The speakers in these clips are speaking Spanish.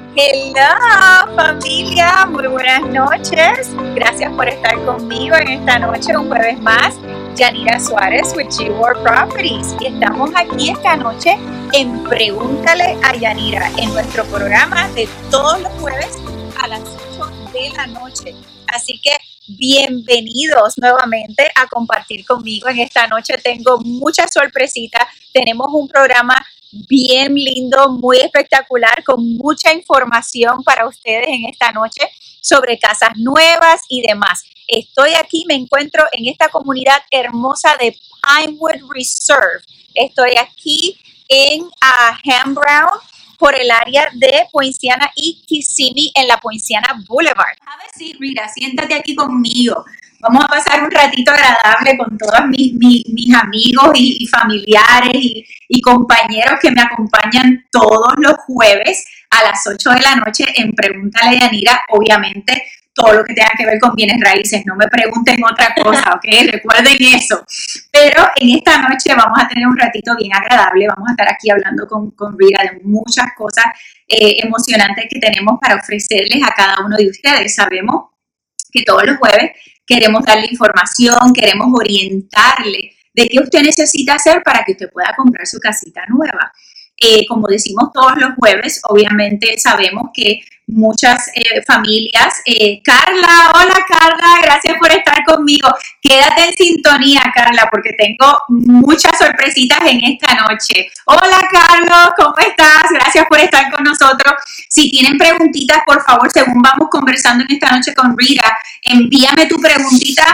Hello familia, muy buenas noches. Gracias por estar conmigo en esta noche, un jueves más. Yanira Suárez with G-World Properties y estamos aquí esta noche en Pregúntale a Yanira, en nuestro programa de todos los jueves a las 8 de la noche. Así que bienvenidos nuevamente a compartir conmigo en esta noche. Tengo muchas sorpresitas, tenemos un programa bien lindo, muy espectacular, con mucha información para ustedes en esta noche sobre casas nuevas y demás. Estoy aquí, me encuentro en esta comunidad hermosa de Pinewood Reserve. Estoy aquí en Ham Brown, por el área de Poinciana y Kissimmee en la Poinciana Boulevard. A ver si, Rita, siéntate aquí conmigo. Vamos a pasar un ratito agradable con todos mis amigos y familiares y compañeros que me acompañan todos los jueves a las 8 de la noche en Pregúntale a Yanira. Obviamente, todo lo que tenga que ver con bienes raíces. No me pregunten otra cosa, ¿ok? Recuerden eso. Pero en esta noche vamos a tener un ratito bien agradable. Vamos a estar aquí hablando con Rita de muchas cosas emocionantes que tenemos para ofrecerles a cada uno de ustedes. Sabemos que todos los jueves queremos darle información, queremos orientarle de qué usted necesita hacer para que usted pueda comprar su casita nueva. Como decimos todos los jueves, obviamente sabemos que muchas familias, Carla, hola Carla, gracias por estar conmigo. Quédate en sintonía, Carla, porque tengo muchas sorpresitas en esta noche. Hola Carlos, ¿cómo estás? Gracias por estar con nosotros. Si tienen preguntitas, por favor, según vamos conversando en esta noche con Rita, envíame tu preguntita.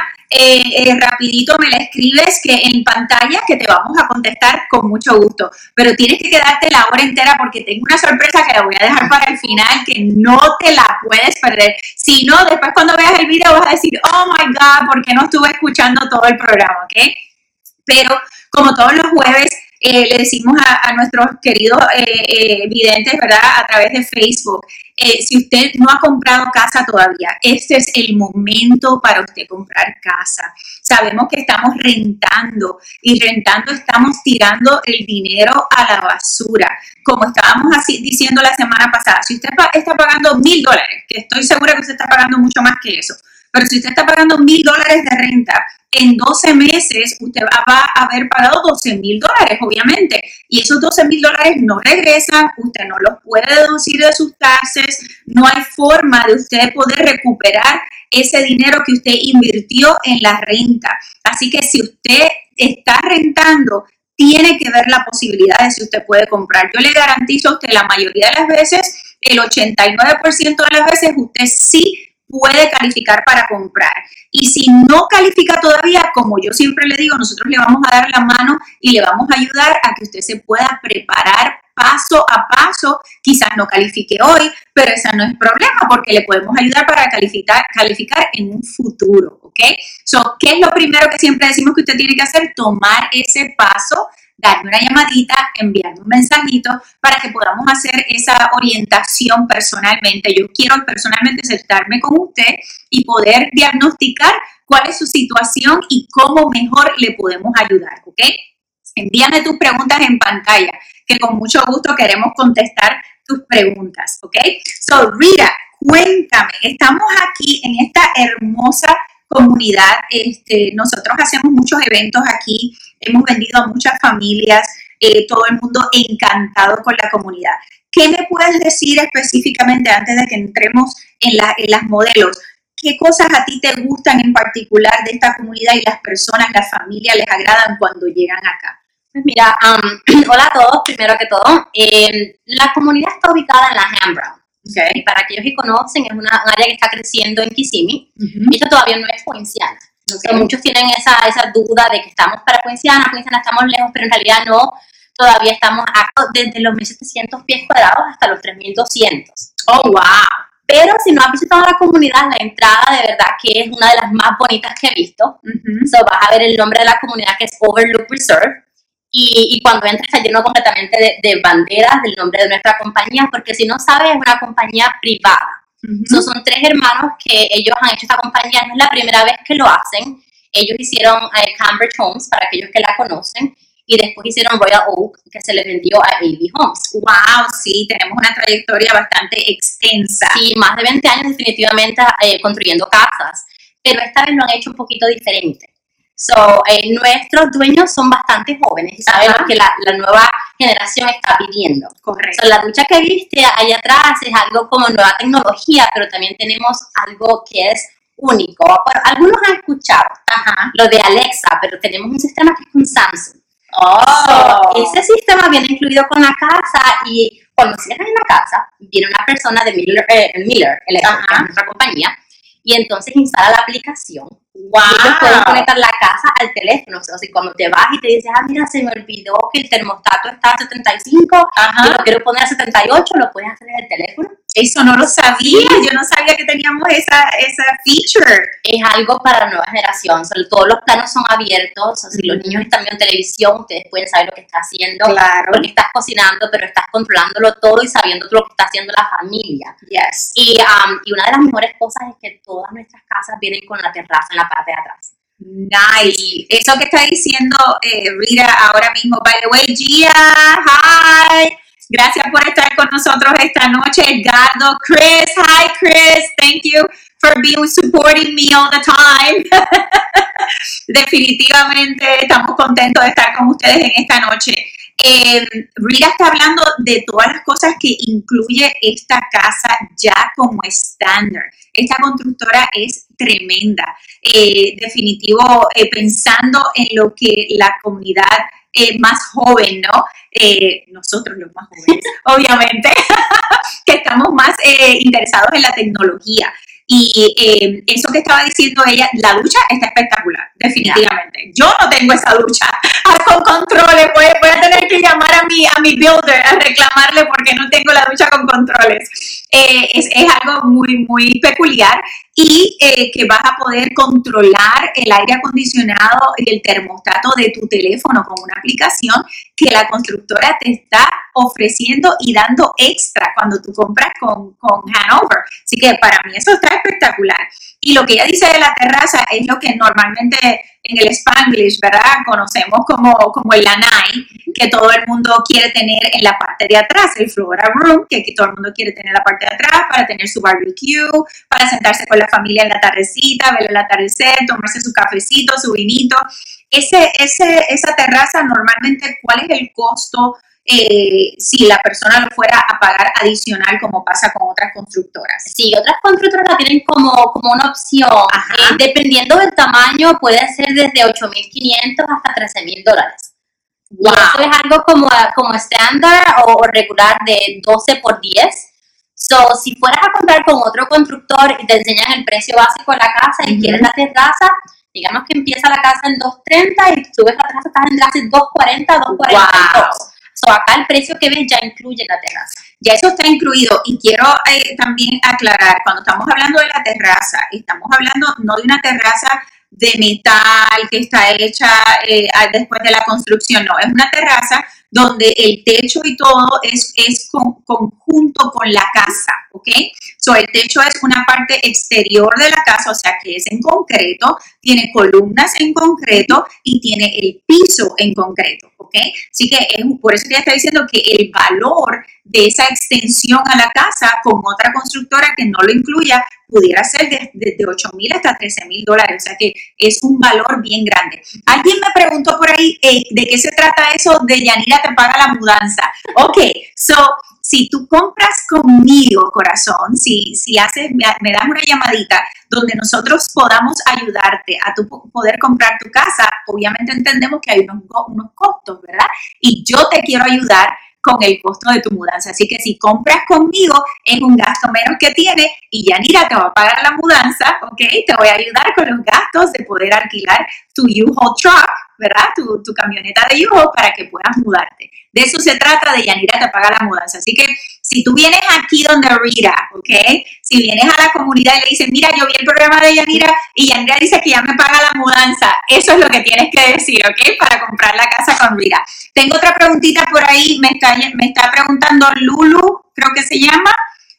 Rapidito me la escribes que en pantalla que te vamos a contestar con mucho gusto, pero tienes que quedarte la hora entera porque tengo una sorpresa que la voy a dejar para el final que no te la puedes perder. Si no, después cuando veas el video vas a decir, oh my God, ¿por qué no estuve escuchando todo el programa? ¿Ok? Pero como todos los jueves le decimos a nuestros queridos videntes, ¿verdad? A través de Facebook, si usted no ha comprado casa todavía, este es el momento para usted comprar casa. Sabemos que estamos rentando y rentando estamos tirando el dinero a la basura. Como estábamos diciendo la semana pasada, si usted está pagando $1,000, que estoy segura que usted está pagando mucho más que eso, pero si usted está pagando $1,000 de renta, en 12 meses usted va a haber pagado $12,000, obviamente. Y esos $12,000 no regresan, usted no los puede deducir de sus taxes, no hay forma de usted poder recuperar ese dinero que usted invirtió en la renta. Así que si usted está rentando, tiene que ver la posibilidad de si usted puede comprar. Yo le garantizo a usted la mayoría de las veces, el 89% de las veces, usted sí puede calificar para comprar. Y si no califica todavía, como yo siempre le digo, nosotros le vamos a dar la mano y le vamos a ayudar a que usted se pueda preparar paso a paso. Quizás no califique hoy, pero ese no es problema porque le podemos ayudar para calificar en un futuro, ¿ok? So, ¿qué es lo primero que siempre decimos que usted tiene que hacer? Tomar ese paso, darme una llamadita, enviarme un mensajito para que podamos hacer esa orientación personalmente. Yo quiero personalmente sentarme con usted y poder diagnosticar cuál es su situación y cómo mejor le podemos ayudar, ¿ok? Envíame tus preguntas en pantalla, que con mucho gusto queremos contestar tus preguntas, ¿ok? So, Rita, cuéntame, estamos aquí en esta hermosa comunidad. Nosotros hacemos muchos eventos aquí, hemos vendido a muchas familias, todo el mundo encantado con la comunidad. ¿Qué me puedes decir específicamente antes de que entremos en las modelos? ¿Qué cosas a ti te gustan en particular de esta comunidad y las personas, las familias les agradan cuando llegan acá? Pues mira, hola a todos, primero que todo. La comunidad está ubicada en la Ham Brown. Okay. Para aquellos que conocen, es un área que está creciendo en Kissimmee. Y esto todavía no es Poinciana. Okay. So, muchos tienen esa duda de que estamos para Poinciana estamos lejos, pero en realidad no. Todavía estamos desde los 1,700 pies cuadrados hasta los 3,200. ¡Oh, wow! Pero si no has visitado la comunidad, la entrada de verdad que es una de las más bonitas que he visto. So, vas a ver el nombre de la comunidad que es Overlook Reserve. Y cuando entras está lleno completamente de banderas del nombre de nuestra compañía, porque si no sabes, es una compañía privada. Son 3 hermanos que ellos han hecho esta compañía, no es la primera vez que lo hacen. Ellos hicieron Cambridge Homes, para aquellos que la conocen, y después hicieron Royal Oak, que se le vendió a AV Homes. Wow, sí, tenemos una trayectoria bastante extensa. Sí, más de 20 años definitivamente construyendo casas, pero esta vez lo han hecho un poquito diferente. Nuestros dueños son bastante jóvenes y saben lo que la nueva generación está pidiendo. Correcto. La ducha que viste allá atrás es algo como nueva tecnología, pero también tenemos algo que es único. Algunos han escuchado lo de Alexa, pero tenemos un sistema que es con Samsung. Ese sistema viene incluido con la casa y cuando cierran la casa, viene una persona de Miller Electric, que es nuestra compañía, y entonces instala la aplicación. Wow. Y ellos pueden conectar la casa al teléfono. O sea, cuando te vas y te dices, mira, se me olvidó que el termostato está a 75, y lo quiero poner a 78, lo puedes hacer en el teléfono. Eso no lo sabía, yo no sabía que teníamos esa feature. Es algo para la nueva generación, todos los planos son abiertos, si los niños están viendo televisión, ustedes pueden saber lo que está haciendo, porque estás cocinando, pero estás controlándolo todo y sabiendo lo que está haciendo la familia. Yes. Y una de las mejores cosas es que todas nuestras casas vienen con la terraza en la parte de atrás. Nice. Eso que está diciendo Rita ahora mismo. By the way, Gia, hi. Gracias por estar con nosotros esta noche. Edgardo, Chris, hi Chris. Thank you for supporting me all the time. Definitivamente estamos contentos de estar con ustedes en esta noche. Rita está hablando de todas las cosas que incluye esta casa ya como estándar. Esta constructora es tremenda. Definitivo, pensando en lo que la comunidad más joven, ¿no? Nosotros los más jóvenes, obviamente, que estamos más interesados en la tecnología. Y eso que estaba diciendo ella, la ducha está espectacular, definitivamente. Yo no tengo esa ducha con controles, voy a tener que llamar a mi builder a reclamarle porque no tengo la ducha con controles. Es algo muy, muy peculiar y que vas a poder controlar el aire acondicionado y el termostato de tu teléfono con una aplicación que la constructora te está ofreciendo y dando extra cuando tú compras con Hanover. Así que para mí eso está espectacular. Y lo que ella dice de la terraza es lo que normalmente en el Spanglish, ¿verdad? Conocemos como el lanai, que todo el mundo quiere tener en la parte de atrás, el Flora Room, que todo el mundo quiere tener en la parte de atrás para tener su barbecue, para sentarse con la familia en la tardecita, ver el atardecer, tomarse su cafecito, su vinito. Esa terraza normalmente, ¿cuál es el costo si la persona lo fuera a pagar adicional como pasa con otras constructoras? Sí, otras constructoras la tienen como una opción. Dependiendo del tamaño, puede ser desde $8,500 hasta $13,000. Wow. Y eso es algo como estándar o regular de 12 por 10. Si fueras a comprar con otro constructor y te enseñan el precio básico de la casa y quieres la terraza, digamos que empieza la casa en $230 y subes la terraza, estás en casi $240, $242. Acá el precio que ves ya incluye la terraza. Ya eso está incluido. Y quiero también aclarar, cuando estamos hablando de la terraza, estamos hablando no de una terraza de metal que está hecha después de la construcción, no, es una terraza donde el techo y todo es conjunto con la casa, ¿ok? El techo es una parte exterior de la casa, o sea que es en concreto, tiene columnas en concreto y tiene el piso en concreto, ¿ok? Así que por eso que ella está diciendo que el valor de esa extensión a la casa con otra constructora que no lo incluya pudiera ser desde $8,000 hasta $13,000, o sea que es un valor bien grande. Alguien me preguntó por ahí de qué se trata eso de Yanira te paga la mudanza. Ok, si tú compras conmigo, corazón, si me das una llamadita donde nosotros podamos ayudarte a tu poder comprar tu casa, obviamente entendemos que hay unos costos, ¿verdad? Y yo te quiero ayudar con el costo de tu mudanza. Así que si compras conmigo, es un gasto menos que tienes y Yanira te va a pagar la mudanza, ¿ok? Te voy a ayudar con los gastos de poder alquilar tu U-Haul truck, ¿verdad? Tu camioneta de U-Haul para que puedas mudarte. De eso se trata, de Yanira te paga la mudanza. Así que si tú vienes aquí donde Rita, ¿ok? Si vienes a la comunidad y le dices, mira, yo vi el programa de Yanira y Yanira dice que ya me paga la mudanza, eso es lo que tienes que decir, ¿ok? Para comprar la casa con Rita. Tengo otra preguntita por ahí, me está preguntando Lulu, creo que se llama.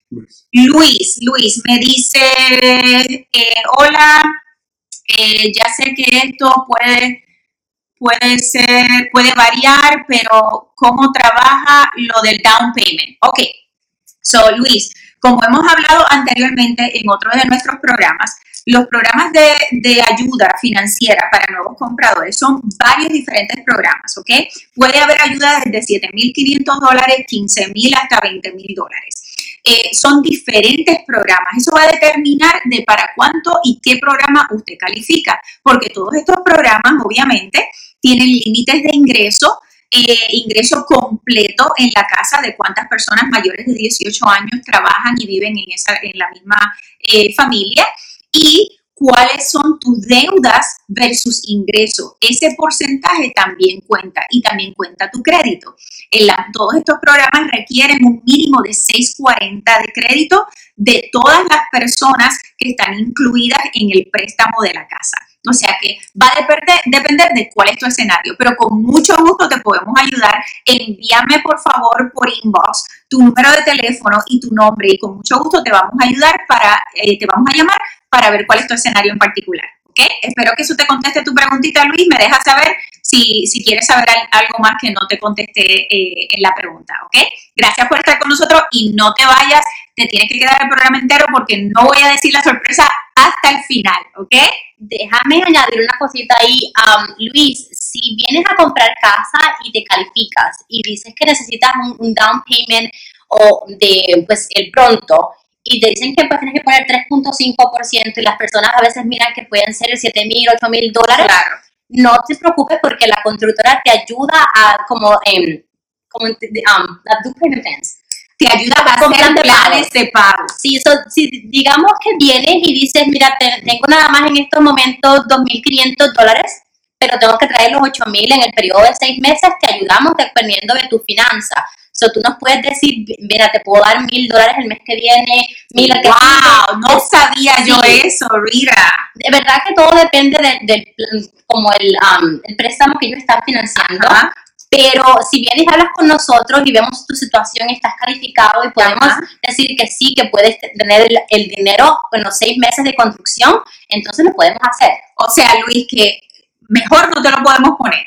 Luis me dice, hola, ya sé que esto puede puede variar, pero ¿cómo trabaja lo del down payment? Ok, so Luis, como hemos hablado anteriormente en otro de nuestros programas, los programas de ayuda financiera para nuevos compradores son varios diferentes programas, ¿ok? Puede haber ayuda desde $7,500, $15,000 hasta $20,000. Son diferentes programas. Eso va a determinar de para cuánto y qué programa usted califica, porque todos estos programas, obviamente, tienen límites de ingreso completo en la casa de cuántas personas mayores de 18 años trabajan y viven en la misma familia y cuáles son tus deudas versus ingresos. Ese porcentaje también cuenta y también cuenta tu crédito. Todos estos programas requieren un mínimo de 640 de crédito de todas las personas que están incluidas en el préstamo de la casa. O sea que va a depender de cuál es tu escenario, pero con mucho gusto te podemos ayudar. Envíame por favor por inbox tu número de teléfono y tu nombre y con mucho gusto te vamos a ayudar te vamos a llamar para ver cuál es tu escenario en particular. ¿Ok? Espero que eso te conteste tu preguntita, Luis. Me dejas saber si quieres saber algo más que no te contesté en la pregunta. ¿Ok? Gracias por estar con nosotros y no te vayas. Te tienes que quedar el programa entero porque no voy a decir la sorpresa hasta el final. ¿Ok? Déjame añadir una cosita ahí. Luis, si vienes a comprar casa y te calificas y dices que necesitas un down payment o de pues el pronto y te dicen que pues tienes que poner 3.5% y las personas a veces miran que pueden ser $7,000, $8,000, claro. No te preocupes porque la constructora te ayuda a do payment plans. Te ayuda a hacer planes de pago. Sí, si digamos que vienes y dices, mira, tengo nada más en estos momentos $2,500, pero tengo que traer los $8,000 en el periodo de 6 meses, te ayudamos dependiendo de tu finanza. Tú nos puedes decir, mira, te puedo dar $1,000 el mes que viene, $1,000 que ¡Wow! No sabía yo eso, Rita. De verdad que todo depende del como el préstamo que ellos están financiando. Ajá. Pero si vienes y hablas con nosotros y vemos tu situación, estás calificado y podemos decir que sí, que puedes tener el dinero en los 6 meses de construcción, entonces lo podemos hacer. O sea, Luis, que mejor no te lo podemos poner.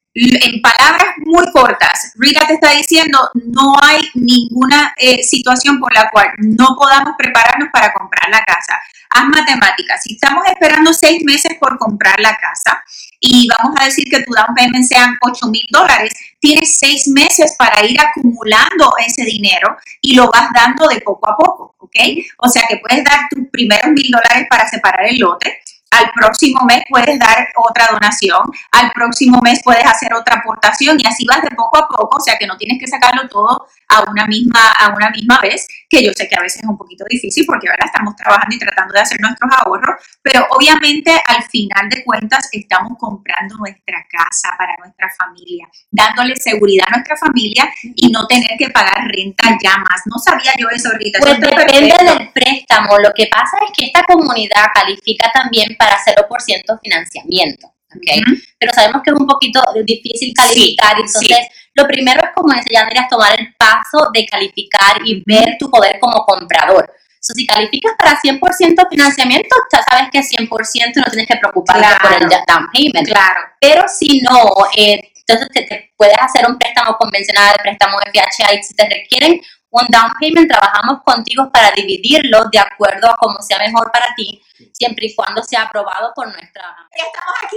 En palabras muy cortas, Rita te está diciendo, no hay ninguna situación por la cual no podamos prepararnos para comprar la casa. Haz matemáticas. Si estamos esperando 6 meses por comprar la casa y vamos a decir que tu down payment sean $8,000, tienes 6 meses para ir acumulando ese dinero y lo vas dando de poco a poco, ¿ok? O sea que puedes dar tus primeros $1,000 para separar el lote. Al próximo mes puedes dar otra donación, al próximo mes puedes hacer otra aportación y así vas de poco a poco, o sea que no tienes que sacarlo todo a una misma vez, que yo sé que a veces es un poquito difícil porque ahora estamos trabajando y tratando de hacer nuestros ahorros, pero obviamente al final de cuentas estamos comprando nuestra casa para nuestra familia, dándole seguridad a nuestra familia y no tener que pagar renta ya más. No sabía yo eso, Rita. Pues depende del préstamo. Lo que pasa es que esta comunidad califica también para 0% financiamiento, ¿ok? Pero sabemos que es un poquito difícil calificar, entonces lo primero es, como dice Yanira, tomar el paso de calificar y ver tu poder como comprador. Si calificas para 100% financiamiento, ya sabes que es 100% y no tienes que preocuparte por el down payment. Claro. Pero si no, entonces te puedes hacer un préstamo convencional, préstamo FHA, y si te requieren un down payment, trabajamos contigo para dividirlo de acuerdo a cómo sea mejor para ti, siempre y cuando sea aprobado por nuestra... Estamos aquí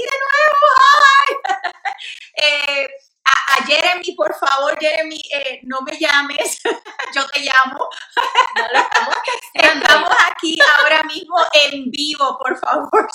de nuevo. A Jeremy, por favor, Jeremy, no me llames, yo te llamo. Estamos aquí ahora mismo en vivo, por favor.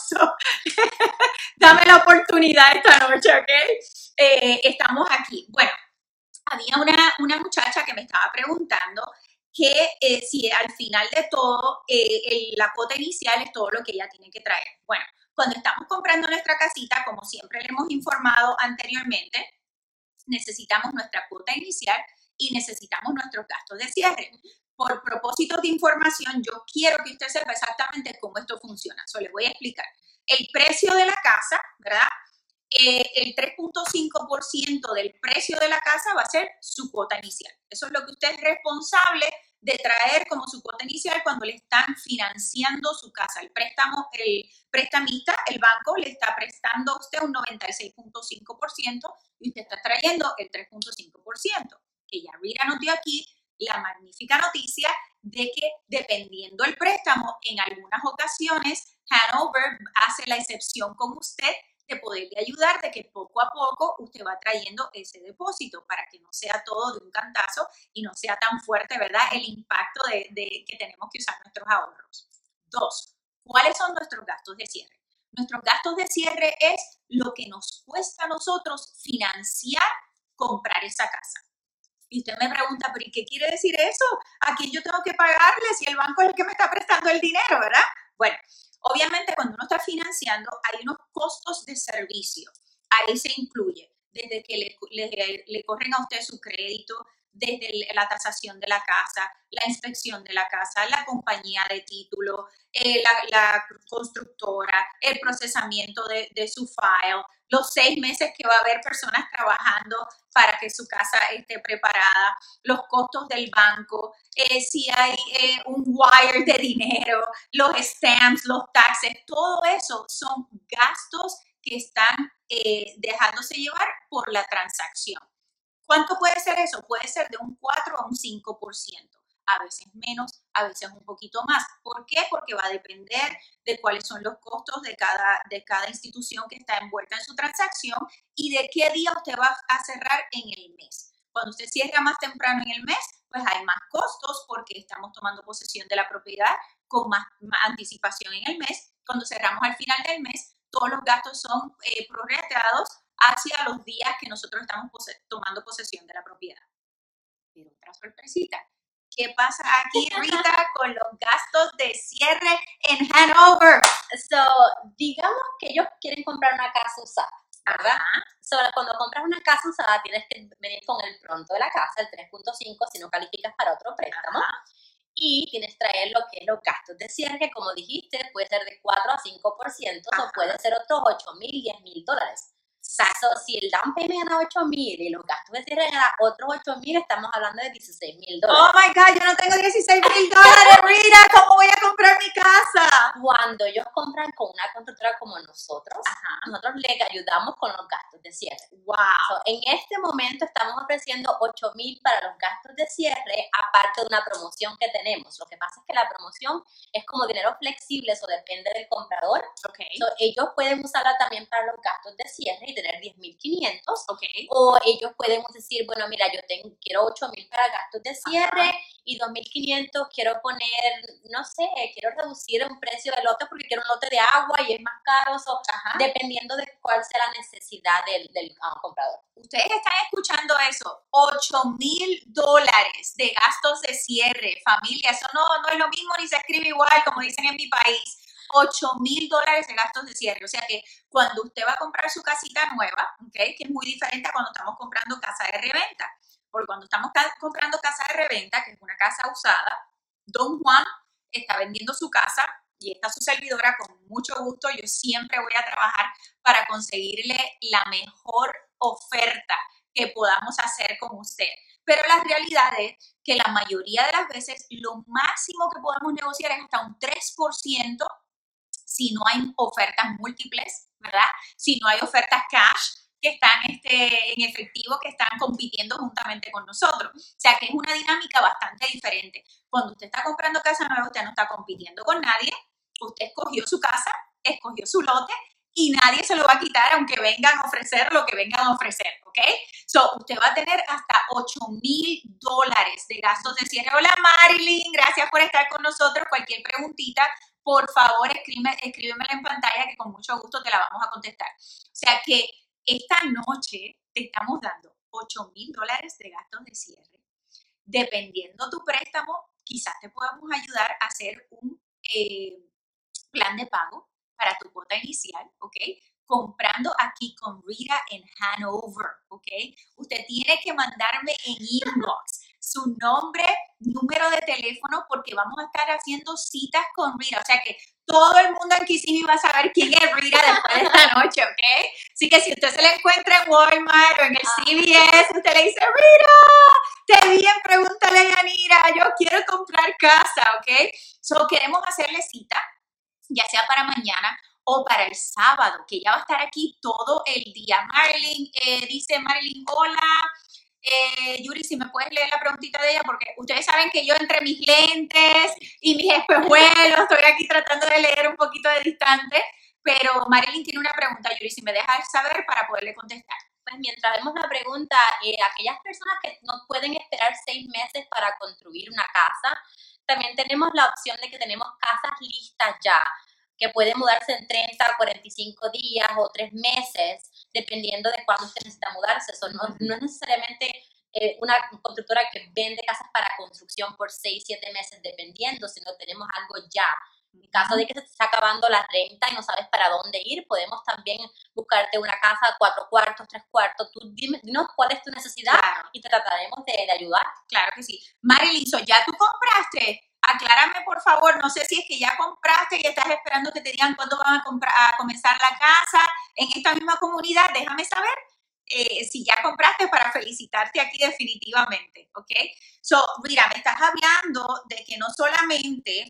Dame la oportunidad esta noche, ¿ok? Estamos aquí. Bueno, había una muchacha que me estaba preguntando que si al final de todo la cuota inicial es todo lo que ella tiene que traer. Bueno, cuando estamos comprando nuestra casita, como siempre le hemos informado anteriormente, necesitamos nuestra cuota inicial y necesitamos nuestros gastos de cierre. Por propósito de información, yo quiero que usted sepa exactamente cómo esto funciona. Les voy a explicar. El precio de la casa, ¿verdad? El 3.5% del precio de la casa va a ser su cuota inicial. Eso es lo que usted es responsable de traer como su cuota inicial cuando le están financiando su casa. El prestamista, el banco le está prestando a usted un 96.5% y usted está trayendo el 3.5%. Que ya Rita nos dio aquí la magnífica noticia de que dependiendo el préstamo, en algunas ocasiones Hanover hace la excepción con usted de poderle ayudar, de que poco a poco usted va trayendo ese depósito para que no sea todo de un cantazo y no sea tan fuerte, ¿verdad?, el impacto de que tenemos que usar nuestros ahorros. 2. ¿Cuáles son nuestros gastos de cierre? Nuestros gastos de cierre es lo que nos cuesta a nosotros financiar comprar esa casa. Y usted me pregunta, ¿pero y qué quiere decir eso? ¿A quién yo tengo que pagarle si el banco es el que me está prestando el dinero, verdad? Bueno, obviamente cuando uno está financiando hay unos costos de servicio. Ahí se incluye desde que le corren a usted su crédito, desde la tasación de la casa, la inspección de la casa, la compañía de título, la constructora, el procesamiento de su file, los 6 meses que va a haber personas trabajando para que su casa esté preparada, los costos del banco, si hay un wire de dinero, los stamps, los taxes, todo eso son gastos que están dejándose llevar por la transacción. ¿Cuánto puede ser eso? Puede ser de un 4 a un 5%. A veces menos, a veces un poquito más. ¿Por qué? Porque va a depender de cuáles son los costos de cada institución que está envuelta en su transacción y de qué día usted va a cerrar en el mes. Cuando usted cierra más temprano en el mes, pues hay más costos porque estamos tomando posesión de la propiedad con más anticipación en el mes. Cuando cerramos al final del mes, todos los gastos son prorrateados hacia los días que nosotros estamos tomando posesión de la propiedad. Pero otra sorpresita. ¿Qué pasa aquí, Rita, con los gastos de cierre en Hanover? Digamos que ellos quieren comprar una casa usada, ¿verdad? Cuando compras una casa usada tienes que venir con el pronto de la casa, el 3.5, si no calificas para otro préstamo. Y tienes que traer lo que es los gastos de cierre, que como dijiste, puede ser de 4 a 5%, o puede ser otros $8,000, $10,000. Si el down payment era $8,000 y los gastos de cierre eran otros $8,000, estamos hablando de $16,000. Oh my God, yo no tengo $16,000, Rita, ¿cómo voy a comprar mi casa? Cuando ellos compran con una constructora como nosotros, nosotros les ayudamos con los gastos de cierre. Wow. En este momento estamos ofreciendo $8,000 para los gastos de cierre, aparte de una promoción que tenemos. Lo que pasa es que la promoción es como dinero flexible, eso depende del comprador. Ellos pueden usarla también para los gastos de cierre y tener 10,500. O ellos pueden decir, bueno, mira, yo quiero 8,000 para gastos de cierre y 2,500 quiero poner, no sé, quiero reducir un precio del lote porque quiero un lote de agua y es más caro, dependiendo de cuál sea la necesidad del comprador. Ustedes están escuchando eso, $8,000 de gastos de cierre, familia, eso no es lo mismo ni se escribe igual como dicen en mi país. $8,000 de gastos de cierre, o sea que cuando usted va a comprar su casita nueva, que es muy diferente a cuando estamos comprando casa de reventa, porque cuando estamos comprando casa de reventa, que es una casa usada, Don Juan está vendiendo su casa y está su servidora con mucho gusto, yo siempre voy a trabajar para conseguirle la mejor oferta que podamos hacer con usted. Pero la realidad es que la mayoría de las veces lo máximo que podemos negociar es hasta un 3%, si no hay ofertas múltiples, ¿verdad? Si no hay ofertas cash que están en efectivo, que están compitiendo juntamente con nosotros. O sea, que es una dinámica bastante diferente. Cuando usted está comprando casa nueva, usted no está compitiendo con nadie. Usted escogió su casa, escogió su lote y nadie se lo va a quitar aunque vengan a ofrecer lo que vengan a ofrecer, ¿ok? Usted va a tener hasta $8,000 de gastos de cierre. Hola, Marilyn, gracias por estar con nosotros. Cualquier preguntita, por favor, escríbemela en pantalla que con mucho gusto te la vamos a contestar. O sea que esta noche te estamos dando $8,000 de gastos de cierre. Dependiendo tu préstamo, quizás te podamos ayudar a hacer un plan de pago para tu cuota inicial, ¿ok? Comprando aquí con Rita en Hanover, ¿ok? Usted tiene que mandarme en inbox su nombre, número de teléfono, porque vamos a estar haciendo citas con Rita. O sea que todo el mundo en Kissimmee va a saber quién es Rita después de esta noche, ¿ok? Así que si usted se la encuentra en Walmart o en el CVS, usted le dice, Rita, Qué bien, pregúntale a Yanira. Yo quiero comprar casa, ¿ok? So, queremos hacerle cita, ya sea para mañana o para el sábado, que ella va a estar aquí todo el día. Marilyn, dice Marilyn, hola. Yuri, si me puedes leer la preguntita de ella, porque ustedes saben que yo entre mis lentes y mis espejuelos estoy aquí tratando de leer un poquito de distante, pero Marilyn tiene una pregunta, Yuri, si me dejas saber para poderle contestar. Pues mientras vemos la pregunta, aquellas personas que no pueden esperar 6 meses para construir una casa, también tenemos la opción de que tenemos casas listas ya, que pueden mudarse en 30, 45 días o 3 meses, dependiendo de cuándo usted necesita mudarse. Eso no es necesariamente una constructora que vende casas para construcción por 6, 7 meses, dependiendo, sino tenemos algo ya. En caso de que se te está acabando la renta y no sabes para dónde ir, podemos también buscarte una casa 4 cuartos, 3 cuartos. Tú dinos cuál es tu necesidad, claro, y te trataremos de ayudar. Claro que sí. Marilyn, ¿ya tú compraste? Aclárame, por favor. No sé si es que ya compraste y estás esperando que te digan cuándo van a comenzar la casa en esta misma comunidad. Déjame saber si ya compraste para felicitarte aquí definitivamente, ¿ok? So, mira, me estás hablando de que no solamente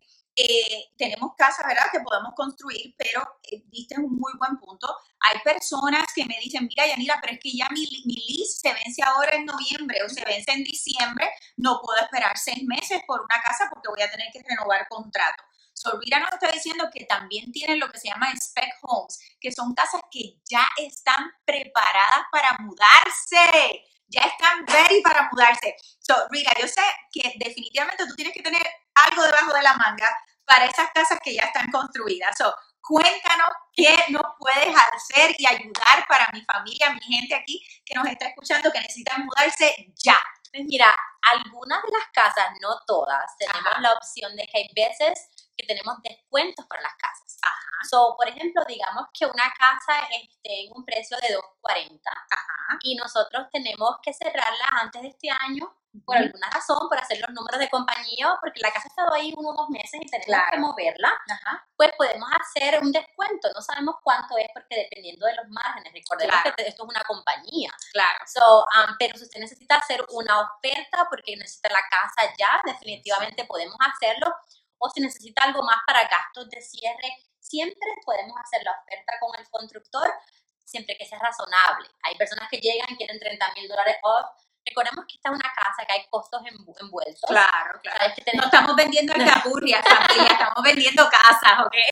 tenemos casas, ¿verdad?, que podemos construir, pero diste un muy buen punto. Hay personas que me dicen, mira, Yanira, pero es que ya mi lease se vence ahora en noviembre o se vence en diciembre, no puedo esperar 6 meses por una casa porque voy a tener que renovar contrato. So, Rita nos está diciendo que también tienen lo que se llama spec homes, que son casas que ya están preparadas para mudarse. Ya están ready para mudarse. So, Rita, yo sé que definitivamente tú tienes que tener algo debajo de la manga para esas casas que ya están construidas. So, cuéntanos qué nos puedes hacer y ayudar para mi familia, mi gente aquí que nos está escuchando, que necesitan mudarse ya. Pues mira, algunas de las casas, no todas, tenemos la opción de que hay veces que tenemos descuentos para las casas. So, por ejemplo, digamos que una casa esté en un precio de $240 y nosotros tenemos que cerrarla antes de este año por alguna razón, por hacer los números de compañía, porque la casa ha estado ahí 1 o 2 meses y tenemos que moverla, pues podemos hacer un descuento. No sabemos cuánto es porque dependiendo de los márgenes, recordemos que esto es una compañía. So, pero si usted necesita hacer una oferta porque necesita la casa ya, definitivamente podemos hacerlo. O si necesita algo más para gastos de cierre, siempre podemos hacer la oferta con el constructor, siempre que sea razonable. Hay personas que llegan y quieren $30,000 off. Recordemos que esta es una casa que hay costos envueltos. Claro. No estamos vendiendo alcapurrias, familia, estamos vendiendo casas, ¿ok?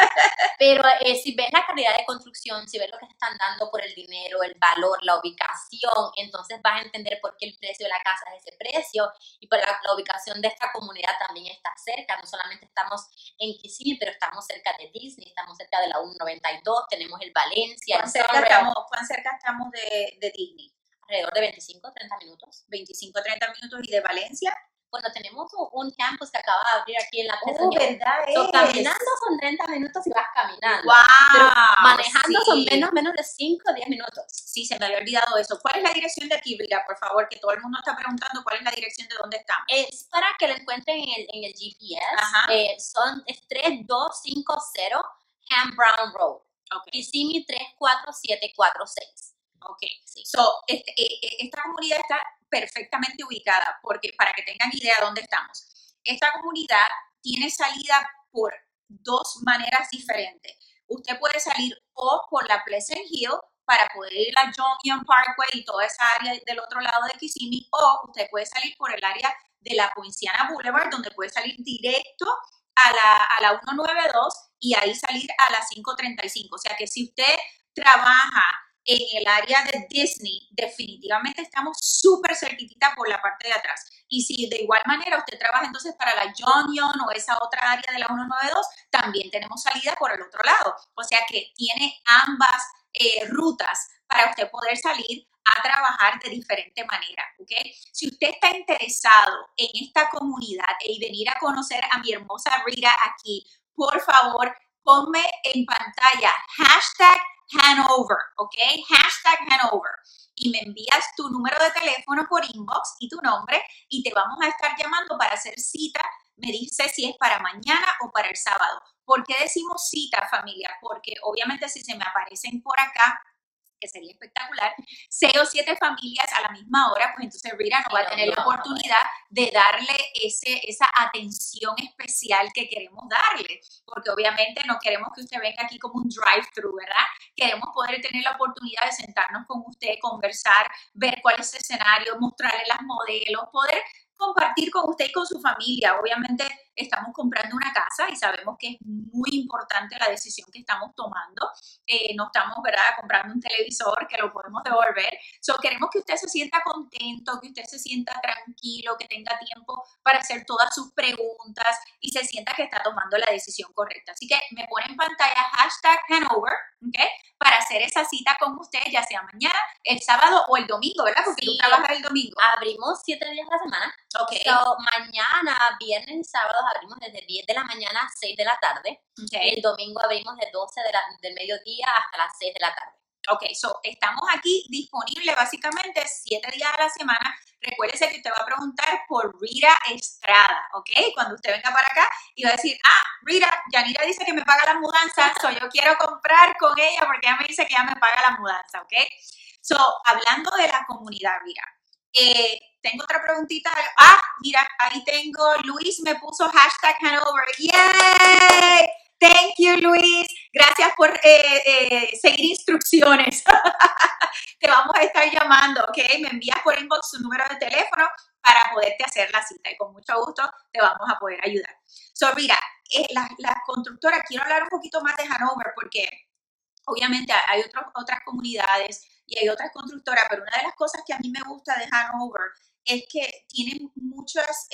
Pero si ves la calidad de construcción, si ves lo que te están dando por el dinero, el valor, la ubicación, entonces vas a entender por qué el precio de la casa es ese precio y por la ubicación de esta comunidad también está cerca. No solamente estamos en Kissimmee, pero estamos cerca de Disney, estamos cerca de la 192, tenemos el Valencia. ¿Cuán cerca estamos de Disney? Alrededor de 25, 30 minutos. 25, 30 minutos. ¿Y de Valencia? Bueno, tenemos un campus que acaba de abrir aquí en la ¿Verdad? Caminando son 30 minutos y vas caminando. ¡Wow! Pero manejando son menos de 5 o 10 minutos. Sí, se me había olvidado eso. ¿Cuál es la dirección de aquí, Rita? Por favor, que todo el mundo está preguntando cuál es la dirección de dónde estamos. Es para que lo encuentren en el GPS. Es 3250 Ham Brown Road. Kissimmee 34746. Ok, sí. So, esta comunidad está perfectamente ubicada porque para que tengan idea de dónde estamos. Esta comunidad tiene salida por 2 maneras diferentes. Usted puede salir o por la Pleasant Hill para poder ir a Union Parkway y toda esa área del otro lado de Kissimmee, o usted puede salir por el área de la Poinciana Boulevard, donde puede salir directo a la 192 y ahí salir a la 535. O sea que si usted trabaja en el área de Disney, definitivamente estamos súper cerquitita por la parte de atrás. Y si de igual manera usted trabaja entonces para la Union o esa otra área de la 192, también tenemos salida por el otro lado. O sea que tiene ambas rutas para usted poder salir a trabajar de diferente manera, ¿ok? Si usted está interesado en esta comunidad y venir a conocer a mi hermosa Rita aquí, por favor, ponme en pantalla #Hanover, ¿ok? #Hanover. Y me envías tu número de teléfono por inbox y tu nombre y te vamos a estar llamando para hacer cita. Me dice si es para mañana o para el sábado. ¿Por qué decimos cita, familia? Porque obviamente si se me aparecen por acá que sería espectacular, 6 o 7 familias a la misma hora, pues entonces Rita no va a tener la oportunidad de darle esa atención especial que queremos darle, porque obviamente no queremos que usted venga aquí como un drive-thru, ¿verdad? Queremos poder tener la oportunidad de sentarnos con usted, conversar, ver cuál es el escenario, mostrarle las modelos, poder compartir con usted y con su familia. Obviamente estamos comprando una casa y sabemos que es muy importante la decisión que estamos tomando. No estamos, ¿verdad?, comprando un televisor que lo podemos devolver. Queremos que usted se sienta contento, que usted se sienta tranquilo, que tenga tiempo para hacer todas sus preguntas y se sienta que está tomando la decisión correcta. Así que me pone en pantalla #Hanover, ¿ok?, para hacer esa cita con usted, ya sea mañana, el sábado o el domingo, ¿verdad? Porque tú trabajas el domingo. Abrimos 7 días a la semana. Okay. So, mañana, viernes y sábados abrimos desde 10 de la mañana a 6 de la tarde. Okay. El domingo abrimos de 12 del mediodía hasta las 6 de la tarde. Ok, estamos aquí disponibles básicamente 7 días a la semana. Recuérdese que usted va a preguntar por Rita Estrada, ¿ok? Cuando usted venga para acá y va a decir, Rita, Yanira dice que me paga la mudanza, yo quiero comprar con ella porque ella me dice que ella me paga la mudanza, ¿ok? Hablando de la comunidad, Rita, tengo otra preguntita. Mira, ahí tengo, Luis me puso #Hanover. ¡Yay! Thank you, Luis. Gracias por seguir instrucciones. Te vamos a estar llamando, ¿ok? Me envías por inbox tu número de teléfono para poderte hacer la cita y con mucho gusto te vamos a poder ayudar. Mira, las constructoras, quiero hablar un poquito más de Hanover porque obviamente hay otras comunidades y hay otras constructoras, pero una de las cosas que a mí me gusta de Hanover es que tienen muchas,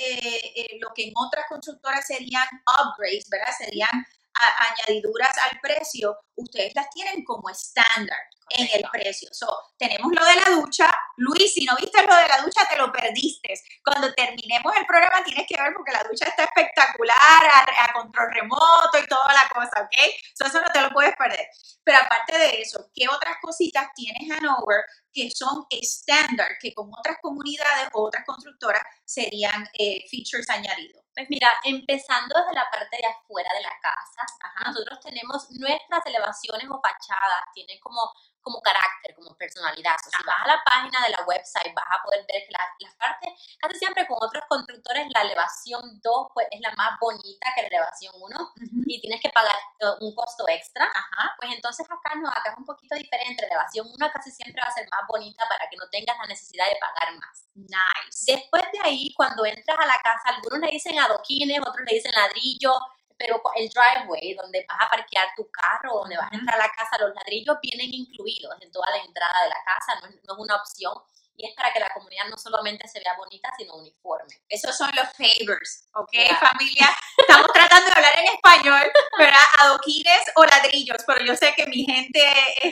lo que en otras constructoras serían upgrades, ¿verdad? Serían añadiduras al precio, ustedes las tienen como estándar en el precio. Tenemos lo de la ducha. Luis, si no viste lo de la ducha, te lo perdiste. Cuando terminemos el programa tienes que ver porque la ducha está espectacular, a control remoto y toda la cosa, ¿ok? Eso no te lo puedes perder. Pero aparte de eso, ¿qué otras cositas tiene Hanover que son estándar, que con otras comunidades o otras constructoras serían features añadidos? Pues mira, empezando desde la parte de afuera de la casa, nosotros tenemos nuestras elevaciones o fachadas, tienen como carácter, como personalidad. Si vas a la página de la website, vas a poder ver que la parte, casi siempre con otros constructores, la elevación 2 pues, es la más bonita que la elevación 1 y tienes que pagar un costo extra. Pues entonces acá es un poquito diferente. La elevación 1 casi siempre va a ser más bonita para que no tengas la necesidad de pagar más. Nice. Después de ahí, cuando entras a la casa, algunos le dicen adoquines, otros le dicen ladrillo, pero el driveway, donde vas a parquear tu carro, donde vas a entrar a la casa, los ladrillos vienen incluidos en toda la entrada de la casa, no es una opción, y es para que la comunidad no solamente se vea bonita, sino uniforme. Esos son los pavers, ¿ok, familia? Estamos tratando de hablar en español, ¿verdad? Adoquines o ladrillos, pero yo sé que mi gente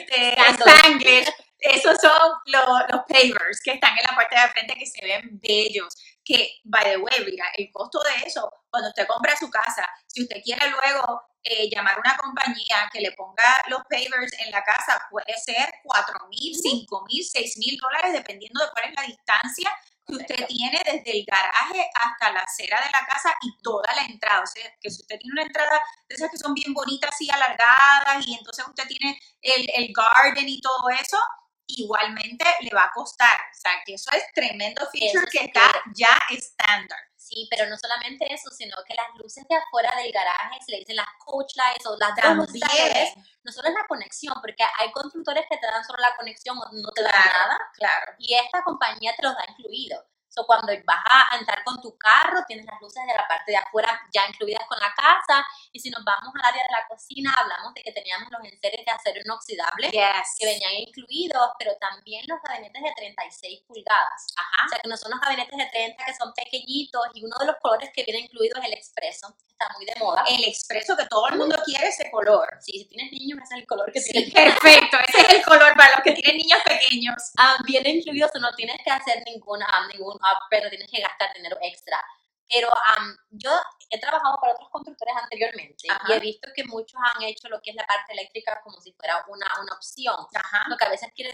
Spanglish, esos son los pavers que están en la parte de frente que se ven bellos. Que, by the way, mira, el costo de eso, cuando usted compra su casa, si usted quiere luego llamar a una compañía que le ponga los pavers en la casa, puede ser $4,000, $5,000, $6,000, dependiendo de cuál es la distancia que usted tiene desde el garaje hasta la acera de la casa y toda la entrada. O sea, que si usted tiene una entrada de esas que son bien bonitas y alargadas y entonces usted tiene el garden y todo eso, igualmente le va a costar. O sea, que eso es tremendo feature que está ya estándar. Sí, pero no solamente eso, sino que las luces de afuera del garaje, se le dicen las coach lights o las dos luces, no solo es la conexión, porque hay constructores que te dan solo la conexión o no te dan nada. Claro. Y esta compañía te los da incluido. Cuando vas a entrar con tu carro, tienes las luces de la parte de afuera ya incluidas con la casa. Y si nos vamos al área de la cocina, hablamos de que teníamos los enseres de acero inoxidable que venían incluidos, pero también los gabinetes de 36 pulgadas. O sea, que no son los gabinetes de 30 que son pequeñitos, y uno de los colores que viene incluido es el expreso. Está muy de moda. El expreso, que todo el mundo quiere ese color. Sí, si tienes niños, ese es el color que tienes. Perfecto, ese es el color para los que tienen niños pequeños. Viene incluido, no tienes que hacer ningún pero tienes que gastar dinero extra. Pero yo he trabajado para otros constructores anteriormente y he visto que muchos han hecho lo que es la parte eléctrica como si fuera una opción. Lo que a veces te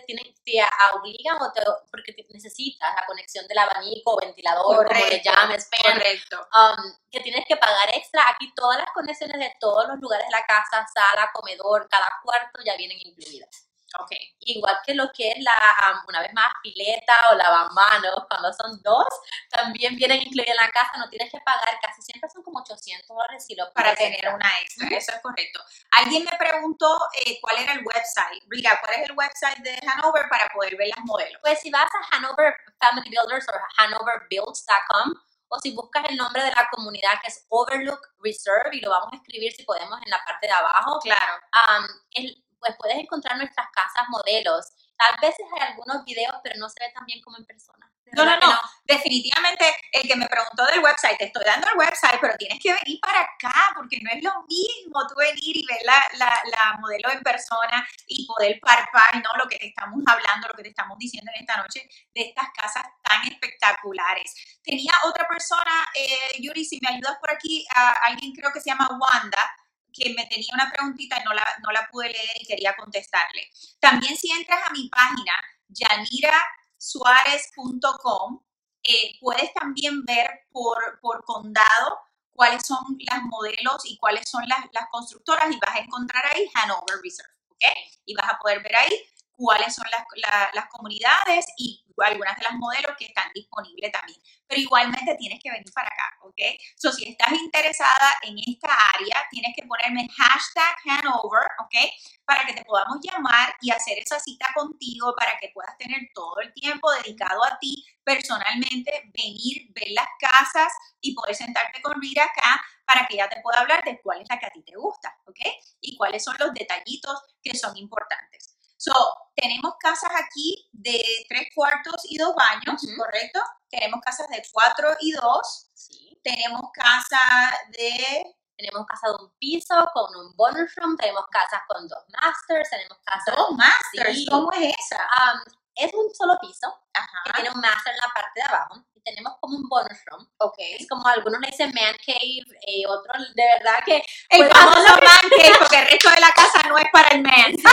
obligan porque necesitas la conexión del abanico o ventilador, como le llames, correcto. Que tienes que pagar extra. Aquí todas las conexiones de todos los lugares de la casa, sala, comedor, cada cuarto ya vienen incluidas. Ok. Igual que lo que es una vez más, pileta o lavamanos, cuando son dos, también vienen incluidas en la casa, no tienes que pagar, casi siempre son como $800 si lo Para pides tener extra. una extra, eso es correcto. Alguien me preguntó cuál era el website. Rita, ¿cuál es el website de Hanover para poder ver las modelos? Pues si vas a Hanover Family Builders o hanoverbuilds.com, o si buscas el nombre de la comunidad que es Overlook Reserve, y lo vamos a escribir si podemos en la parte de abajo, Claro. pues puedes encontrar nuestras casas modelos. Tal vez hay algunos videos, pero no se ve tan bien como en persona. No. Definitivamente, el que me preguntó del website, te estoy dando el website, pero tienes que venir para acá, porque no es lo mismo tú venir y ver la modelo en persona y poder palpar, ¿no? Lo que te estamos hablando, lo que te estamos diciendo en esta noche, de estas casas tan espectaculares. Tenía otra persona, Yuri, si me ayudas por aquí, alguien creo que se llama Wanda, que me tenía una preguntita y no la pude leer y quería contestarle. También si entras a mi página, yanirasuarez.com, puedes también ver por condado cuáles son las modelos y cuáles son las constructoras, y vas a encontrar ahí Hanover Reserve, ¿ok? Y vas a poder ver ahí cuáles son las comunidades y algunas de las modelos que están disponibles también. Pero igualmente tienes que venir para acá, ¿ok? So, si estás interesada en esta área, tienes que ponerme #Hanover, ¿ok? Para que te podamos llamar y hacer esa cita contigo, para que puedas tener todo el tiempo dedicado a ti personalmente, venir, ver las casas y poder sentarte con Rita acá para que ella te pueda hablar de cuál es la que a ti te gusta, ¿ok? Y cuáles son los detallitos que son importantes. So, tenemos casas aquí de 3 cuartos y 2 baños, ¿correcto? Tenemos casas de 4 y 2. Sí. Tenemos casa de un piso con un bonus room, tenemos casas con 2 masters, tenemos casas... ¿2 masters? Sí. ¿Cómo es esa? Es un solo piso, Ajá. que tiene un master en la parte de abajo, y tenemos como un bonus room. Ok. Es como algunos le dicen man cave, otros de verdad que... El famoso man cave, porque el resto de la casa no es para el man. Sí,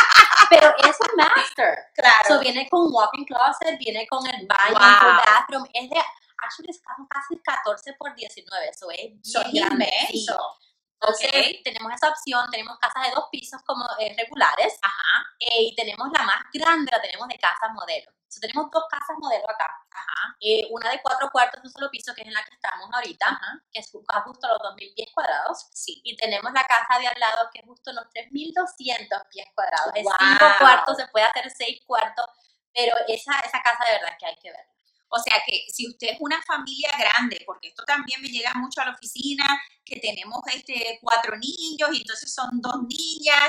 pero es un master. Claro. So, viene con walk-in closet, viene con el baño, Wow. full bathroom, es de... Actually, es casi 14 por 19, eso es bien grande. Inmenso. Entonces, tenemos esa opción, tenemos casas de 2 pisos como regulares. Ajá. Y tenemos la más grande, la tenemos de casas modelo. So, tenemos 2 casas modelo acá. Ajá. Una de 4 cuartos de un solo piso, que es en la que estamos ahorita, Ajá. que es justo los 2.000 pies cuadrados. Sí. Y tenemos la casa de al lado, que es justo los 3.200 pies cuadrados. Es Wow. 5 cuartos, se puede hacer 6 cuartos, pero esa casa de verdad que hay que verla. O sea que si usted es una familia grande, porque esto también me llega mucho a la oficina, que tenemos 4 niños y entonces son 2 niñas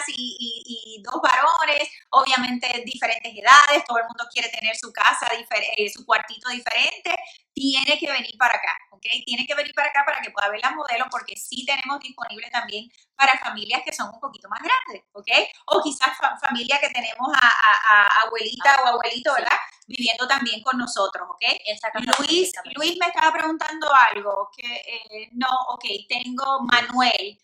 y 2 varones, obviamente diferentes edades, todo el mundo quiere tener su casa, su cuartito diferente, tiene que venir para acá, ¿ok? Tiene que venir para acá para que pueda ver las modelos, porque sí tenemos disponible también para familias que son un poquito más grandes, ¿ok? O quizás familia que tenemos a abuelita o abuelito, ¿verdad? Viviendo también con nosotros, ¿ok? Luis me estaba preguntando algo, que no, ok, tengo Manuel.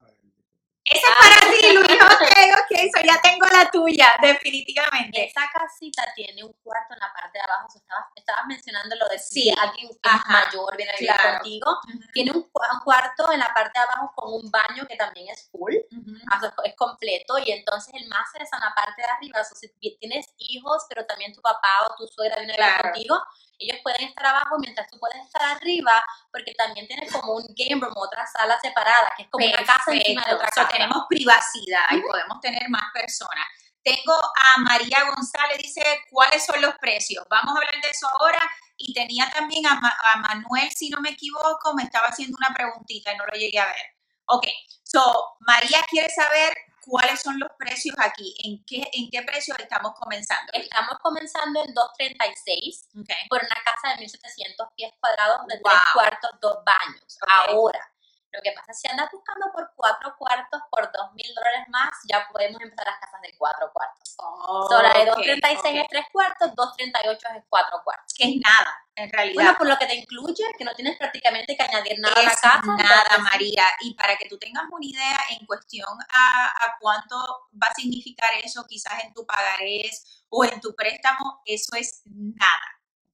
Esa es para ti, Luis, ok, so ya tengo la tuya, definitivamente. Esa casita tiene un cuarto en la parte de abajo, estabas mencionando lo de sí, alguien mayor viene a vivir contigo. Tiene un cuarto en la parte de abajo con un baño que también es full, es completo, y entonces el máster está en la parte de arriba. So, si tienes hijos, pero también tu papá o tu suegra viene a vivir contigo, ellos pueden estar abajo mientras tú puedes estar arriba, porque también tienes como un game room, otra sala separada, que es como una casa encima de otra casa. Tenemos privacidad y podemos tener más personas. Tengo a María González, dice, ¿cuáles son los precios? Vamos a hablar de eso ahora. Y tenía también a Manuel, si no me equivoco, me estaba haciendo una preguntita y no lo llegué a ver. Ok, so María quiere saber cuáles son los precios aquí, en qué precios estamos comenzando. Estamos comenzando en $236 por una casa de 1.700 pies cuadrados de 3 cuartos, 2 baños. Ahora, lo que pasa es que si andas buscando por 4 cuartos por $2.000 más, ya podemos empezar las casas de 4 cuartos. La de 236 es 3 cuartos, 238 es 4 cuartos. Que es nada, en realidad. Bueno, por lo que te incluye, que no tienes prácticamente que añadir nada a la casa. Nada, entonces, María. Y para que tú tengas una idea en cuestión a cuánto va a significar eso, quizás en tu pagarés o en tu préstamo, eso es nada. ¿Ok?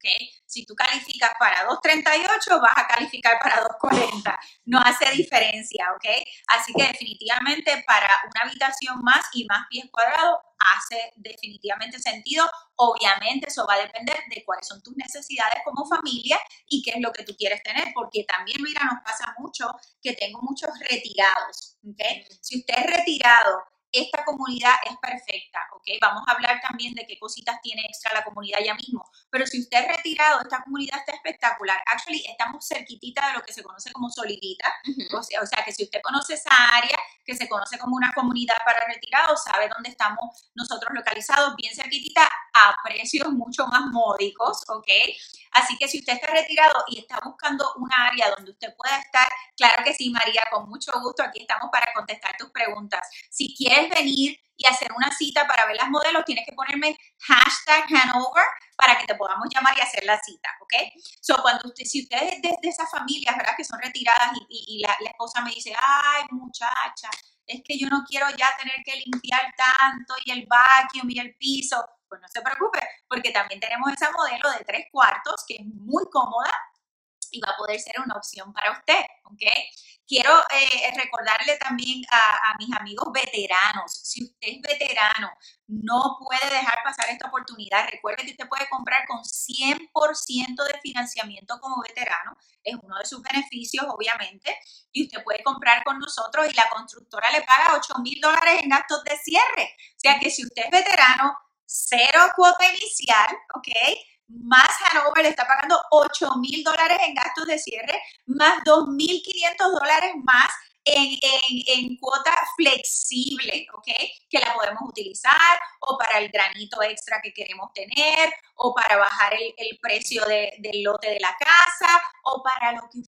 ¿ok? Si tú calificas para 238, vas a calificar para 240. No hace diferencia, ¿ok? Así que definitivamente para una habitación más y más pies cuadrados hace definitivamente sentido. Obviamente eso va a depender de cuáles son tus necesidades como familia y qué es lo que tú quieres tener, porque también, mira, nos pasa mucho que tengo muchos retirados, ¿ok? Si usted es retirado, esta comunidad es perfecta, ¿ok? Vamos a hablar también de qué cositas tiene extra la comunidad ya mismo, pero si usted es retirado, esta comunidad está espectacular. Actually, estamos cerquitita de lo que se conoce como Solivita, o sea que si usted conoce esa área, que se conoce como una comunidad para retirados, sabe dónde estamos nosotros localizados, bien cerquitita, a precios mucho más módicos, ¿ok? Así que si usted está retirado y está buscando una área donde usted pueda estar, claro que sí, María, con mucho gusto, aquí estamos para contestar tus preguntas. Si quieres venir y hacer una cita para ver las modelos, tienes que ponerme #Hanover para que te podamos llamar y hacer la cita, ¿ok? So, si usted es de esas familias, ¿verdad?, que son retiradas y la esposa me dice, ay, muchacha, es que yo no quiero ya tener que limpiar tanto y el vacuum y el piso, pues no se preocupe, porque también tenemos esa modelo de 3 cuartos que es muy cómoda y va a poder ser una opción para usted, ¿ok? Quiero recordarle también a mis amigos veteranos, si usted es veterano, no puede dejar pasar esta oportunidad. Recuerde que usted puede comprar con 100% de financiamiento como veterano, es uno de sus beneficios, obviamente, y usted puede comprar con nosotros y la constructora le paga $8,000 en gastos de cierre. O sea que si usted es veterano, 0 cuota inicial, ¿ok? Más Hanover le está pagando $8,000 en gastos de cierre, más $2,500 más en cuota flexible, ¿ok? Que la podemos utilizar o para el granito extra que queremos tener o para bajar el precio del lote de la casa o para lo que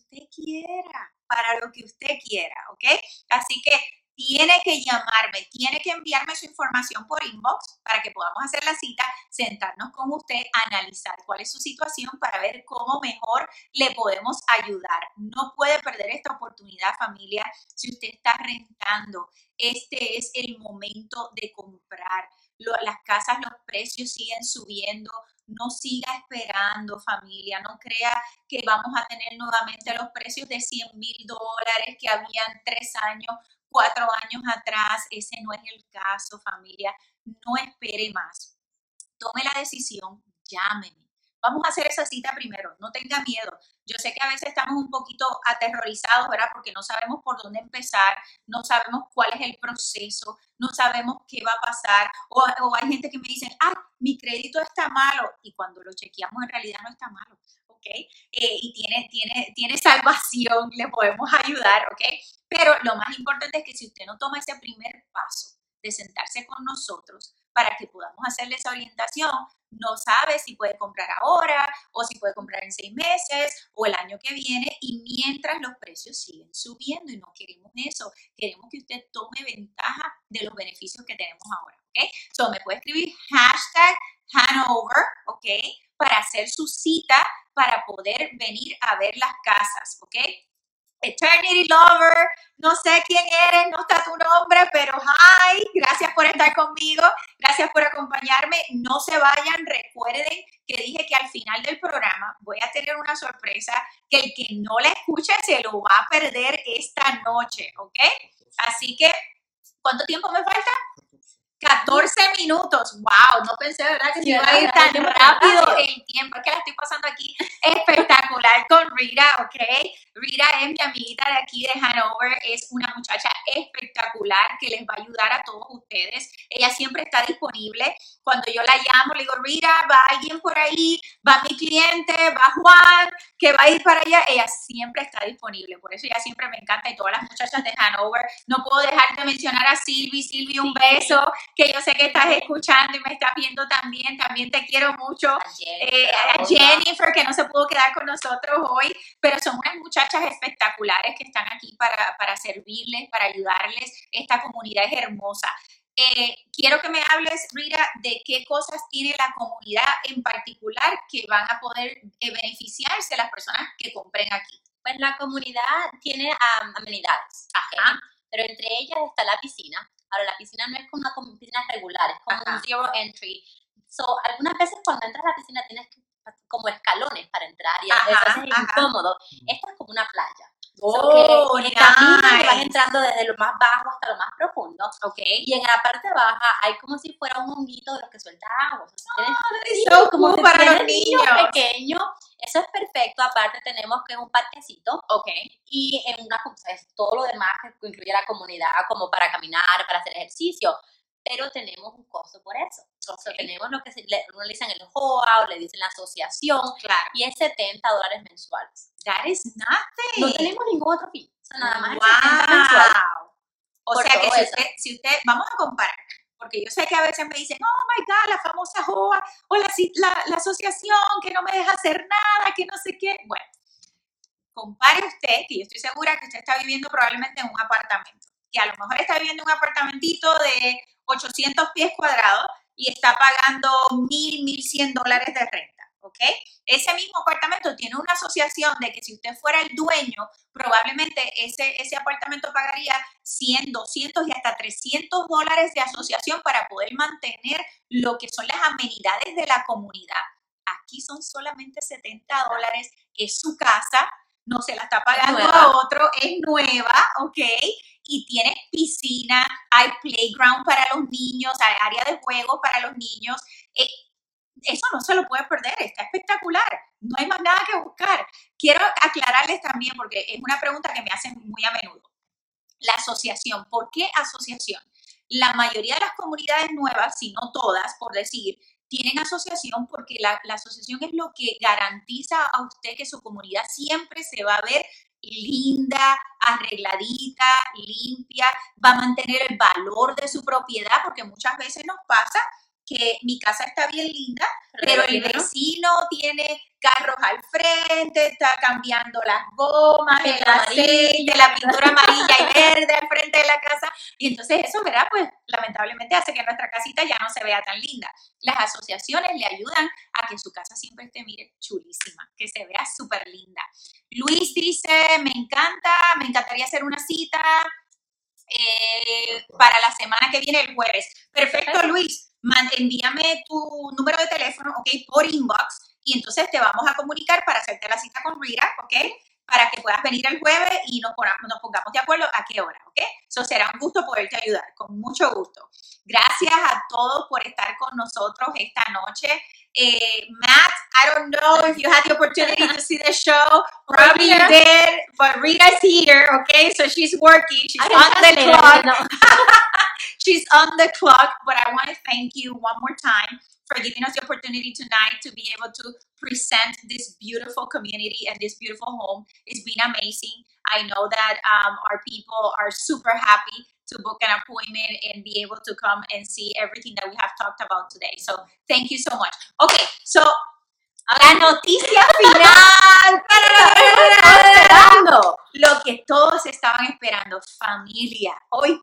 usted quiera, ¿ok? Así que tiene que llamarme, tiene que enviarme su información por inbox para que podamos hacer la cita, sentarnos con usted, analizar cuál es su situación para ver cómo mejor le podemos ayudar. No puede perder esta oportunidad, familia, si usted está rentando. Este es el momento de comprar. Las casas, los precios siguen subiendo. No siga esperando, familia. No crea que vamos a tener nuevamente los precios de $100,000 que habían 3 años, 4 años atrás. Ese no es el caso, familia. No espere más. Tome la decisión, llámeme. Vamos a hacer esa cita primero, no tenga miedo. Yo sé que a veces estamos un poquito aterrorizados, ¿verdad? Porque no sabemos por dónde empezar, no sabemos cuál es el proceso, no sabemos qué va a pasar. O hay gente que me dice, mi crédito está malo. Y cuando lo chequeamos, en realidad no está malo, ¿ok? Y tiene salvación, le podemos ayudar, ¿ok? Pero lo más importante es que si usted no toma ese primer paso de sentarse con nosotros para que podamos hacerle esa orientación, no sabe si puede comprar ahora o si puede comprar en 6 meses o el año que viene, y mientras los precios siguen subiendo, y no queremos eso, queremos que usted tome ventaja de los beneficios que tenemos ahora, ¿ok? So, me puede escribir #Hanover, ¿ok? Para hacer su cita para poder venir a ver las casas, ¿ok? Eternity Lover, no sé quién eres, no está tu nombre, pero hi, gracias por estar conmigo, gracias por acompañarme. No se vayan, recuerden que dije que al final del programa voy a tener una sorpresa que el que no la escuche se lo va a perder esta noche, ¿ok? Así que, ¿cuánto tiempo me falta? 14 minutos, wow, no pensé, ¿verdad?, que se iba a ir tan rápido el tiempo. Es que la estoy pasando aquí espectacular con Rita, ¿ok? Rita es mi amiguita de aquí de Hanover, es una muchacha espectacular que les va a ayudar a todos ustedes. Ella siempre está disponible. Cuando yo la llamo, le digo, Rita, va alguien por ahí, va mi cliente, va Juan, que va a ir para allá. Ella siempre está disponible, por eso ella siempre me encanta, y todas las muchachas de Hanover. No puedo dejar de mencionar a Silvi. Silvi, un beso, que yo sé que estás escuchando y me estás viendo también te quiero mucho. A Jennifer, que no se pudo quedar con nosotros hoy, pero son unas muchachas espectaculares que están aquí para servirles, para ayudarles. Esta comunidad es hermosa. Quiero que me hables, Rita, de qué cosas tiene la comunidad en particular que van a poder beneficiarse las personas que compren aquí. Pues la comunidad tiene amenidades, ¿okay? Pero entre ellas está la piscina. Ahora, la piscina no es como una piscina regular, es como un zero entry. So, algunas veces cuando entras a la piscina tienes que como escalones para entrar y Ajá, entonces es ajá. incómodo. Esta es como una playa. Oh, que caminas y vas nice. entrando desde lo más bajo hasta lo más profundo. Ok. Y en la parte baja hay como si fuera un honguito de los que suelta agua. O sea, It's so como cool si para tienes los niños. pequeños. Eso es perfecto. Aparte tenemos que es un parquecito. Ok. Y en una, es todo lo demás que incluye la comunidad como para caminar, para hacer ejercicio. Pero tenemos un costo por eso. O sea, tenemos lo que uno le dicen el HOA o le dicen la asociación. Claro. Y es $70 mensuales. That is nothing. No tenemos ningún otro fin. O sea, nada más Wow. el 70 mensual. O Por sea que todo si usted, vamos a comparar, porque yo sé que a veces me dicen, oh my God, la famosa JOA o la asociación que no me deja hacer nada, que no sé qué. Bueno, compare usted, que yo estoy segura que usted está viviendo probablemente en un apartamento, que a lo mejor está viviendo en un apartamentito de 800 pies cuadrados y está pagando $1,100 de renta, ¿ok? Ese mismo apartamento tiene una asociación de que si usted fuera el dueño, probablemente ese apartamento pagaría 100, 200 y hasta $300 de asociación para poder mantener lo que son las amenidades de la comunidad. Aquí son solamente $70, es su casa, no se la está pagando a otro, es nueva, ¿ok? Y tiene piscina, hay playground para los niños, hay área de juegos para los niños. Eso no se lo puede perder, está espectacular, no hay más nada que buscar. Quiero aclararles también, porque es una pregunta que me hacen muy a menudo. La asociación, ¿por qué asociación? La mayoría de las comunidades nuevas, si no todas, por decir, tienen asociación porque la asociación es lo que garantiza a usted que su comunidad siempre se va a ver linda, arregladita, limpia, va a mantener el valor de su propiedad, porque muchas veces nos pasa que mi casa está bien linda, pero el vecino tiene carros al frente, está cambiando las gomas, el aceite, la pintura amarilla y verde al frente de la casa, y entonces eso, ¿verdad? Pues lamentablemente hace que nuestra casita ya no se vea tan linda. Las asociaciones le ayudan a que su casa siempre esté, mire, chulísima, que se vea súper linda. Luis dice, me encantaría hacer una cita para la semana que viene, el jueves. Perfecto, Luis. Envíame tu número de teléfono, ¿ok? Por inbox, y entonces te vamos a comunicar para hacerte la cita con Rita, ¿ok? Para que puedas venir el jueves y nos pongamos de acuerdo a qué hora, ¿ok? Eso será un gusto poderte ayudar, con mucho gusto. Gracias a todos por estar con nosotros esta noche. Matt, I don't know if you had the opportunity to see the show. Probably you did, but Rita's here, okay? So she's working. She's on the clock. She's on the clock, but I want to thank you one more time for giving us the opportunity tonight to be able to present this beautiful community and this beautiful home. It's been amazing. I know that our people are super happy to book an appointment and be able to come and see everything that we have talked about today. So thank you so much. Okay, so la noticia final. Lo que todos estaban esperando, familia. Hoy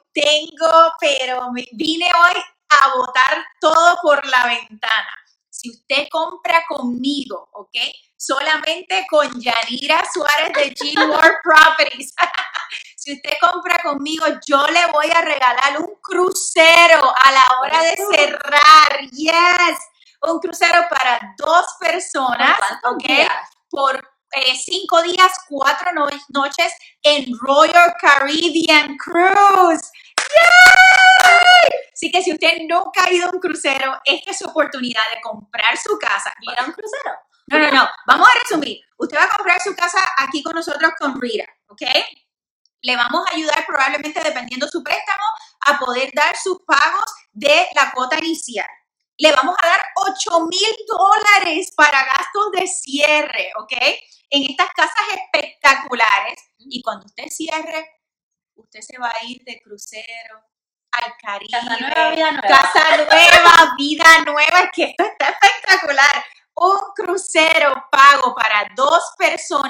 vine hoy a botar todo por la ventana. Si usted compra conmigo, ¿ok? Solamente con Yanira Suárez de G-World Properties. Si usted compra conmigo, yo le voy a regalar un crucero a la hora de cerrar. Yes. Un crucero para 2 personas, ¿ok? Por 5 días, 4 noches en Royal Caribbean Cruise. ¡Yay! Así que si usted nunca ha ido a un crucero, esta es su oportunidad de comprar su casa. ¿Ir a un crucero? No. Vamos a resumir. Usted va a comprar su casa aquí con nosotros con Rita, ¿ok? Le vamos a ayudar probablemente, dependiendo su préstamo, a poder dar sus pagos de la cuota inicial. Le vamos a dar $8,000 para gastos de cierre, ¿ok? En estas casas espectaculares. Y cuando usted cierre, usted se va a ir de crucero al Caribe. Casa nueva, vida nueva. Casa nueva, vida nueva. Es que esto está espectacular. Un crucero pago para 2 personas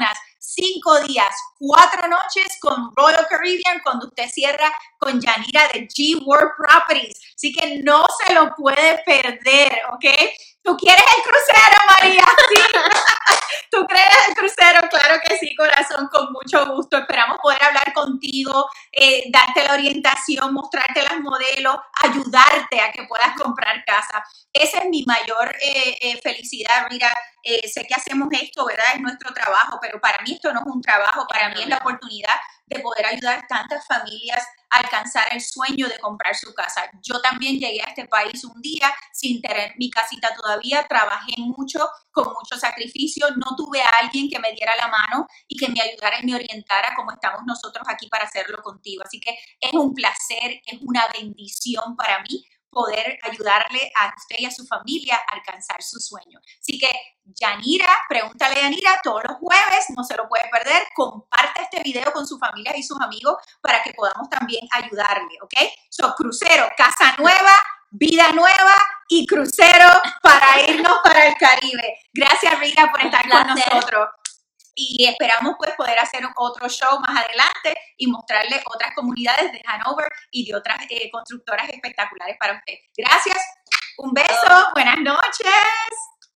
5 días, 4 noches con Royal Caribbean cuando usted cierra con Yanira de G World Properties. Así que no se lo puede perder, ¿ok? ¿Tú quieres el crucero, María? Sí. ¿Tú crees el crucero? Claro que sí, corazón, con mucho gusto. Esperamos poder hablar contigo, darte la orientación, mostrarte los modelos, ayudarte a que puedas comprar casa. Esa es mi mayor felicidad. Mira, sé que hacemos esto, ¿verdad? Es nuestro trabajo, pero para mí esto no es un trabajo, para mí es la oportunidad de poder ayudar a tantas familias a alcanzar el sueño de comprar su casa. Yo también llegué a este país un día sin tener mi casita todavía, trabajé mucho, con mucho sacrificio, no tuve a alguien que me diera la mano y que me ayudara y me orientara como estamos nosotros aquí para hacerlo contigo. Así que es un placer, es una bendición para mí poder ayudarle a usted y a su familia a alcanzar su sueño. Así que Yanira, pregúntale a Yanira todos los jueves, no se lo puede perder, comparte este video con su familia y sus amigos para que podamos también ayudarle, ¿ok? So, crucero, casa nueva, vida nueva y crucero para irnos para el Caribe. Gracias, Rita, por estar con nosotros. Y esperamos pues poder hacer otro show más adelante y mostrarle otras comunidades de Hanover y de otras constructoras espectaculares para usted. Gracias, un beso, buenas noches.